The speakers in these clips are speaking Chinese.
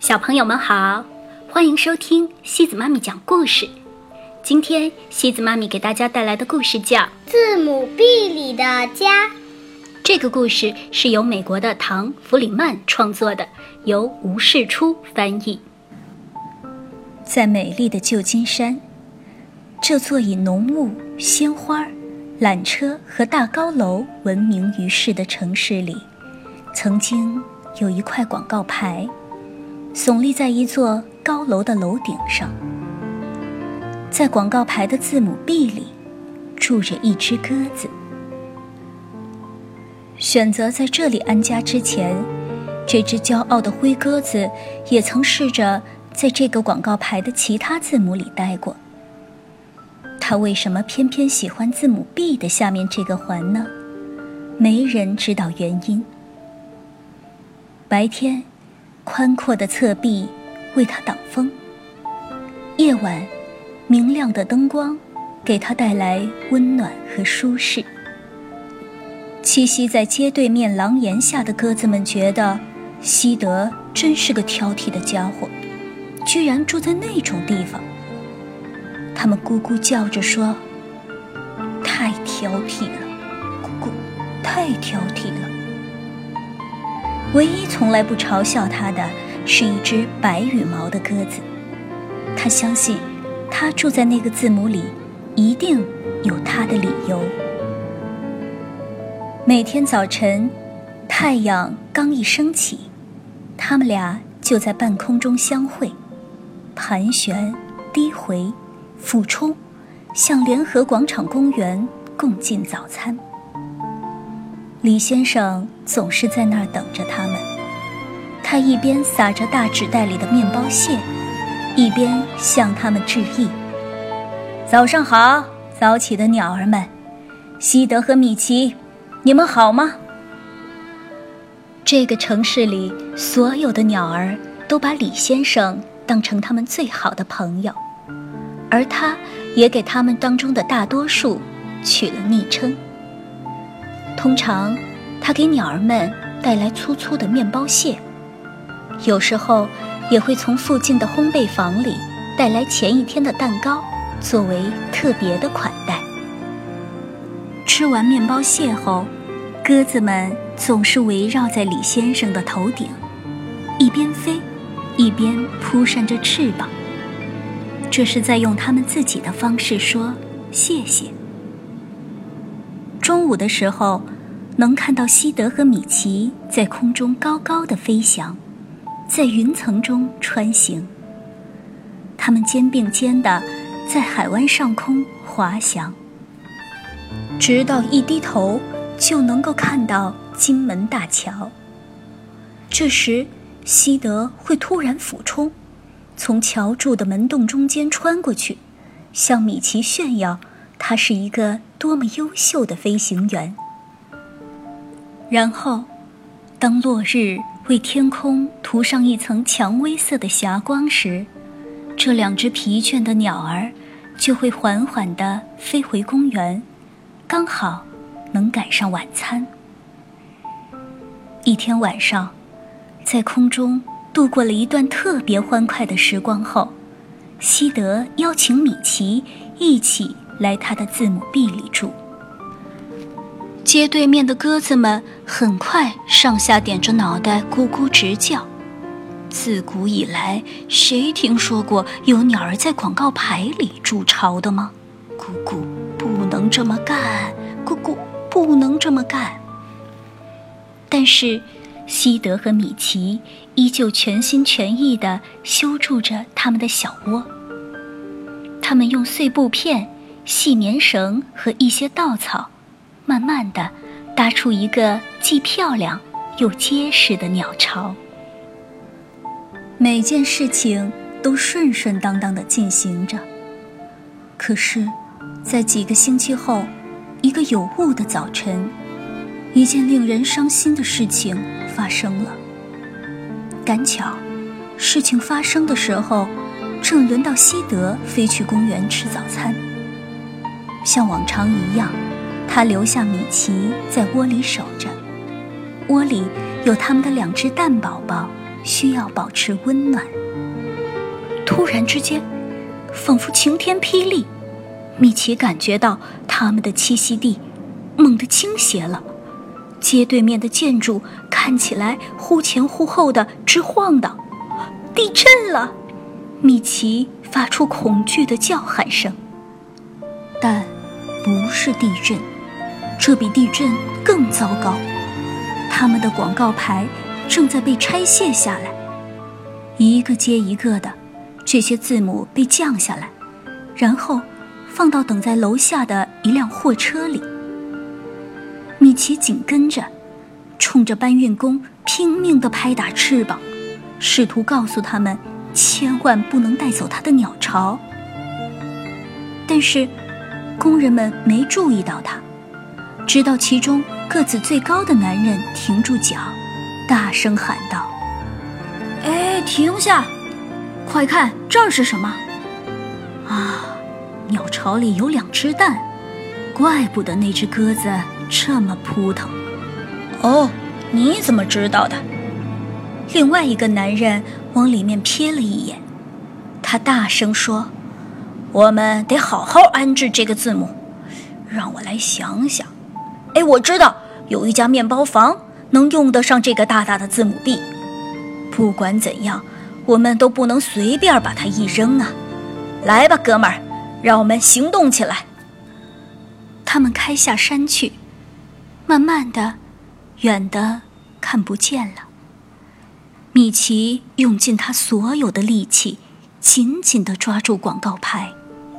小朋友们好，欢迎收听西子妈咪讲故事。今天西子妈咪给大家带来的故事叫《 字母 B 里的家》。 这个故事是由美国的唐·弗里曼创作的，由吴世初翻译。 在美丽的旧金山，这座以浓雾、鲜花、缆车和大高楼闻名于世的城市里，曾经有一块广告牌，耸立在一座高楼的楼顶上。在广告牌的字母 B 里，住着一只鸽子。选择在这里安家之前，这只骄傲的灰鸽子也曾试着在这个广告牌的其他字母里待过。它为什么偏偏喜欢字母 B 的下面这个环呢？没人知道原因。白天，宽阔的侧壁为它挡风；夜晚，明亮的灯光给它带来温暖和舒适。栖息在街对面廊檐下的鸽子们觉得，西德真是个挑剔的家伙，居然住在那种地方。他们咕咕叫着说：“太挑剔了，咕咕，太挑剔了。”唯一从来不嘲笑他的是一只白羽毛的鸽子，他相信他住在那个字母里一定有他的理由。每天早晨，太阳刚一升起，他们俩就在半空中相会，盘旋、低回、俯冲，向联合广场公园共进早餐。李先生总是在那儿等着他们，他一边撒着大纸袋里的面包屑，一边向他们致意。早上好，早起的鸟儿们，西德和米奇，你们好吗？这个城市里所有的鸟儿都把李先生当成他们最好的朋友，而他也给他们当中的大多数取了昵称。通常他给鸟儿们带来粗粗的面包屑，有时候也会从附近的烘焙坊里带来前一天的蛋糕作为特别的款待。吃完面包屑后，鸽子们总是围绕在李先生的头顶，一边飞一边扑扇着翅膀，这是在用他们自己的方式说谢谢。中午的时候，能看到西德和米奇在空中高高的飞翔，在云层中穿行。他们肩并肩地在海湾上空滑翔，直到一低头就能够看到金门大桥。这时，西德会突然俯冲，从桥柱的门洞中间穿过去，向米奇炫耀他是一个多么优秀的飞行员。然后，当落日为天空涂上一层蔷薇色的霞光时，这两只疲倦的鸟儿就会缓缓地飞回公园，刚好能赶上晚餐。一天晚上，在空中度过了一段特别欢快的时光后，西德邀请米奇一起来他的字母 B 里住。街对面的鸽子们很快上下点着脑袋咕咕直叫。自古以来，谁听说过有鸟儿在广告牌里筑巢的吗？咕咕，不能这么干，咕咕，不能这么干。但是西德和米奇依旧全心全意地修筑着他们的小窝。他们用碎布片、细棉绳和一些稻草，慢慢地搭出一个既漂亮又结实的鸟巢。每件事情都顺顺当当地进行着。可是，在几个星期后，一个有雾的早晨，一件令人伤心的事情发生了。赶巧，事情发生的时候，正轮到西德飞去公园吃早餐。像往常一样，他留下米奇在窝里守着。窝里有他们的两只蛋宝宝， 需要保持温暖。突然之间，仿佛晴天霹雳，米奇感觉到他们的栖息地猛地倾斜了，街对面的建筑看起来忽前忽后的直晃荡。地震了！米奇发出恐惧的叫喊声。但不是地震，这比地震更糟糕。他们的广告牌正在被拆卸下来，一个接一个的，这些字母被降下来，然后放到等在楼下的一辆货车里。米奇紧跟着，冲着搬运工拼命地拍打翅膀，试图告诉他们千万不能带走他的鸟巢。但是工人们没注意到他，直到其中个子最高的男人停住脚，大声喊道：“哎，停下！快看，这是什么？啊，鸟巢里有2只蛋，怪不得那只鸽子这么扑腾。”哦，你怎么知道的？另外一个男人往里面瞥了一眼，他大声说：“我们得好好安置这个字母。让我来想想。哎，我知道有一家面包房能用得上这个大大的字母 B。不管怎样，我们都不能随便把它一扔啊！来吧，哥们儿，让我们行动起来。”他们开下山去，慢慢的，远的看不见了。米奇用尽他所有的力气，紧紧地抓住广告牌。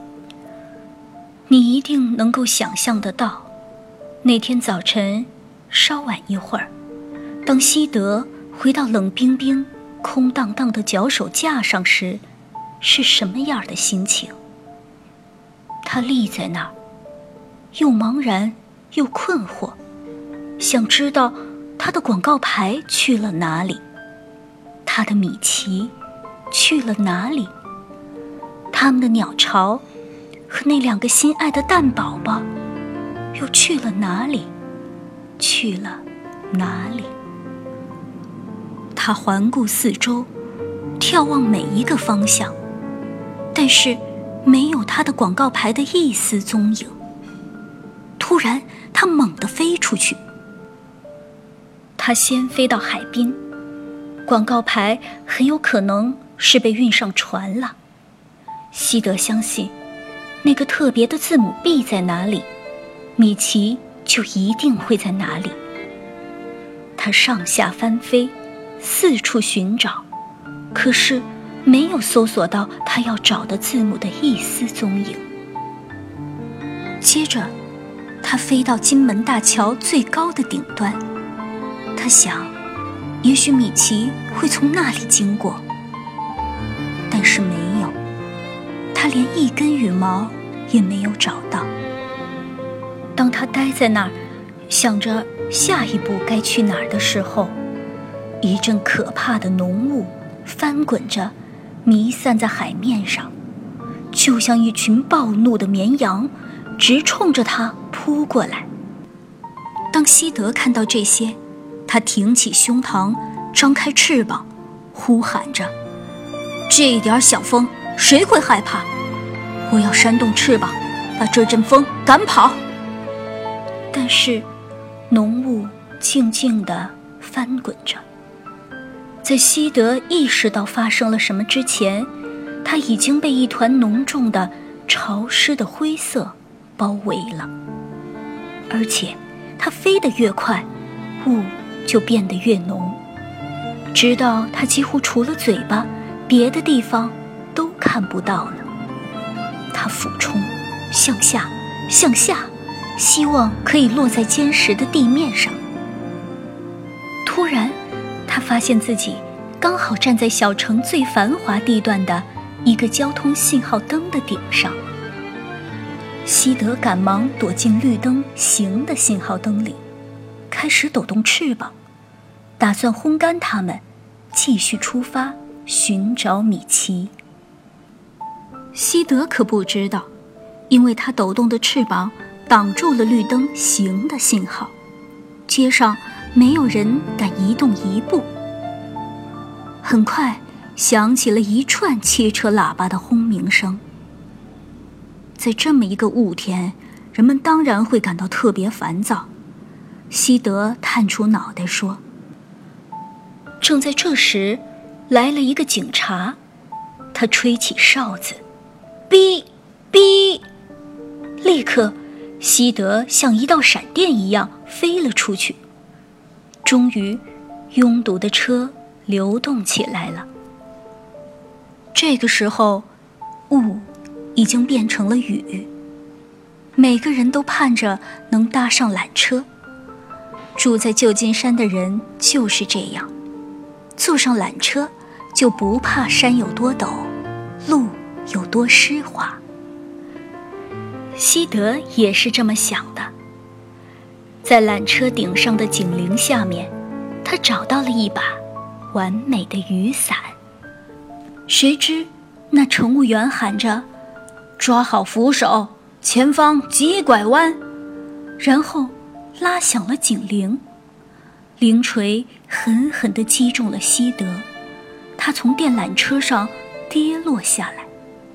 你一定能够想象得到，那天早晨稍晚一会儿，当西德回到冷冰冰、空荡荡的脚手架上时，是什么样的心情？他立在那儿，又茫然又困惑，想知道他的广告牌去了哪里，他的米奇去了哪里，他们的鸟巢和那2个心爱的蛋宝宝又去了哪里？去了哪里？他环顾四周，眺望每一个方向，但是没有他的广告牌的一丝踪影。突然，他猛地飞出去。他先飞到海滨，广告牌很有可能是被运上船了。西德相信，那个特别的字母 B 在哪里，米奇就一定会在哪里。他上下翻飞，四处寻找，可是没有搜索到他要找的字母的一丝踪影。接着他飞到金门大桥最高的顶端，他想也许米奇会从那里经过，但是没有，他连一根羽毛也没有找到。当他待在那儿想着下一步该去哪儿的时候，一阵可怕的浓雾翻滚着弥散在海面上，就像一群暴怒的绵羊直冲着他扑过来。当西德看到这些，他挺起胸膛，张开翅膀，呼喊着：“这点小风谁会害怕？我要扇动翅膀，把这阵风赶跑。”但是浓雾静静地翻滚着，在西德意识到发生了什么之前，他已经被一团浓重的潮湿的灰色包围了。而且他飞得越快，雾就变得越浓，直到他几乎除了嘴巴，别的地方都看不到了。他俯冲，向下，向下，希望可以落在坚实的地面上。突然，他发现自己刚好站在小城最繁华地段的一个交通信号灯的顶上。西德赶忙躲进绿灯行的信号灯里，开始抖动翅膀，打算烘干它们，继续出发寻找米奇。西德可不知道，因为他抖动的翅膀挡住了绿灯行的信号，街上没有人敢移动一步。 很快响起了一串汽车喇叭的轰鸣声。在这么一个雾天，人们当然会感到特别烦躁。西德探出脑袋说。正在这时，来了一个警察，他吹起哨子，哔哔，立刻西德像一道闪电一样飞了出去。终于，拥堵的车流动起来了。这个时候，雾已经变成了雨，每个人都盼着能搭上缆车。住在旧金山的人就是这样，坐上缆车就不怕山有多陡，路有多湿滑。西德也是这么想的。在缆车顶上的警铃下面，他找到了一把完美的雨伞。谁知那乘务员喊着，抓好扶手，前方急拐弯，然后拉响了警铃。铃锤狠狠地击中了西德，他从电缆车上跌落下来。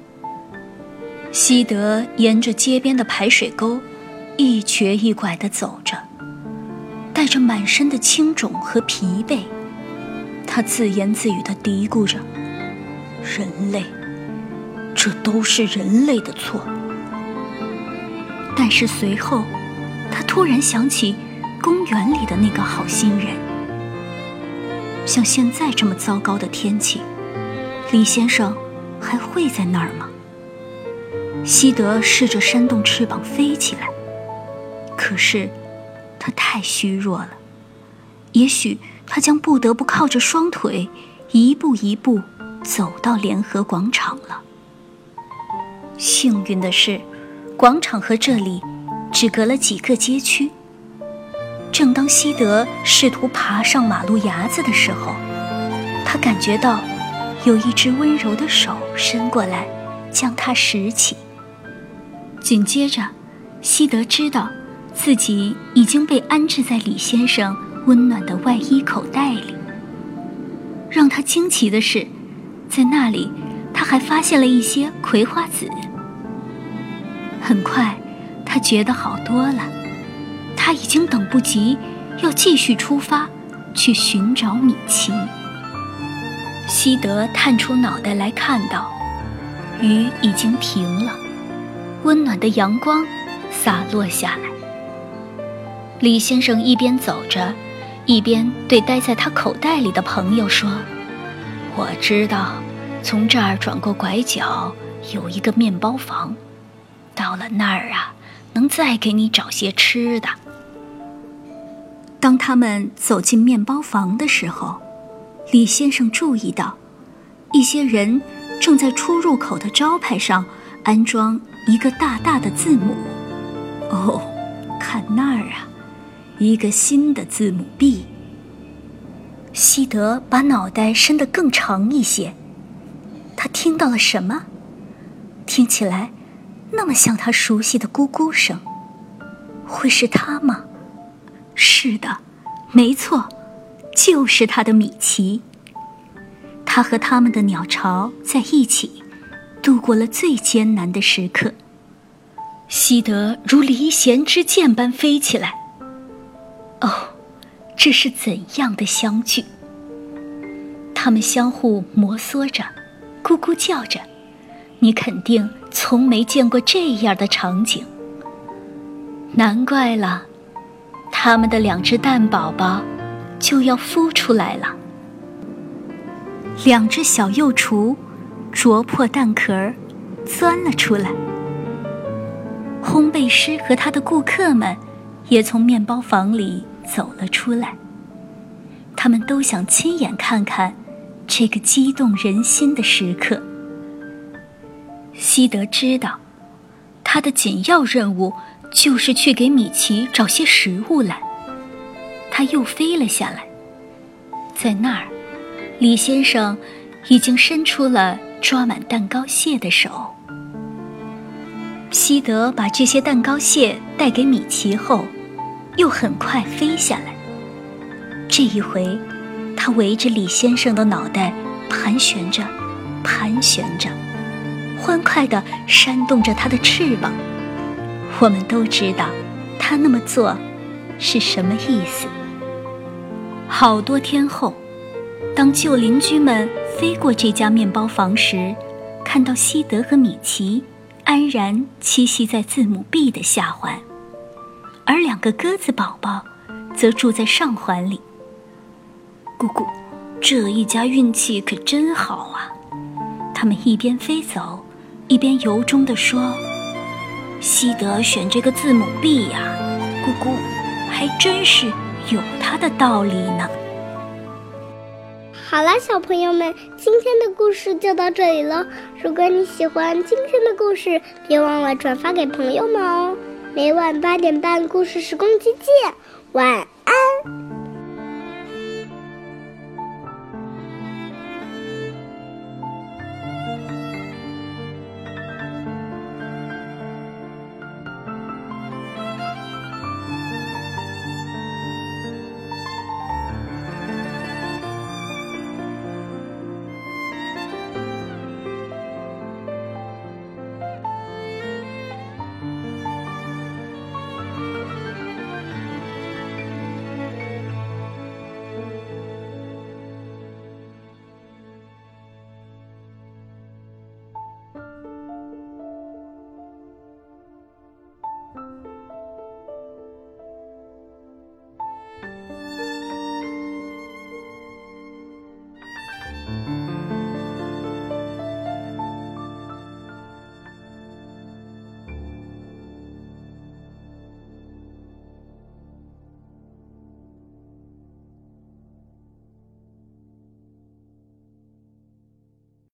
西德沿着街边的排水沟一瘸一拐地走着，带着满身的青肿和疲惫，他自言自语地嘀咕着，人类，这都是人类的错。但是随后他突然想起公园里的那个好心人。像现在这么糟糕的天气，李先生还会在那儿吗？西德试着扇动翅膀飞起来，可是他太虚弱了，也许他将不得不靠着双腿一步一步走到联合广场了。幸运的是，广场和这里只隔了几个街区。正当西德试图爬上马路牙子的时候，他感觉到有一只温柔的手伸过来，将他拾起。紧接着，西德知道自己已经被安置在李先生温暖的外衣口袋里。让他惊奇的是，在那里他还发现了一些葵花籽。很快，他觉得好多了，他已经等不及要继续出发去寻找米奇。西德探出脑袋来，看到雨已经停了，温暖的阳光洒落下来。李先生一边走着，一边对待在他口袋里的朋友说，我知道从这儿转过拐角有一个面包房，到了那儿啊，能再给你找些吃的。当他们走进面包房的时候，李先生注意到一些人正在出入口的招牌上安装一个大大的字母。哦，看那儿啊，一个新的字母 B。 西德把脑袋伸得更长一些，他听到了什么？听起来那么像他熟悉的咕咕声，会是他吗？是的，没错，就是他的米奇。他和他们的鸟巢在一起，度过了最艰难的时刻。西德如离弦之箭般飞起来。哦，这是怎样的相聚！他们相互摩挲着，咕咕叫着，你肯定从没见过这样的场景。难怪了，他们的2只蛋宝宝就要孵出来了。2只小幼雏啄破蛋壳钻了出来。烘焙师和他的顾客们也从面包房里走了出来，他们都想亲眼看看这个激动人心的时刻。西德知道，他的紧要任务就是去给米奇找些食物来。他又飞了下来，在那儿，李先生已经伸出了抓满蛋糕屑的手。西德把这些蛋糕屑带给米奇后，又很快飞下来。这一回， 它围着李先生的脑袋盘旋着，盘旋着，欢快地扇动着它的翅膀。我们都知道它那么做是什么意思。好多天后，当旧邻居们飞过这家面包房时，看到西德和米奇安然栖息在字母 B 的下环，而2个鸽子宝宝则住在上环里。咕咕，这一家运气可真好啊！他们一边飞走，一边由衷地说：“西德选这个字母 B 呀，咕咕，还真是有它的道理呢。” 好了，小朋友们，今天的故事就到这里了。如果你喜欢今天的故事，别忘了转发给朋友们哦。每晚8点半，故事时光机见，晚安。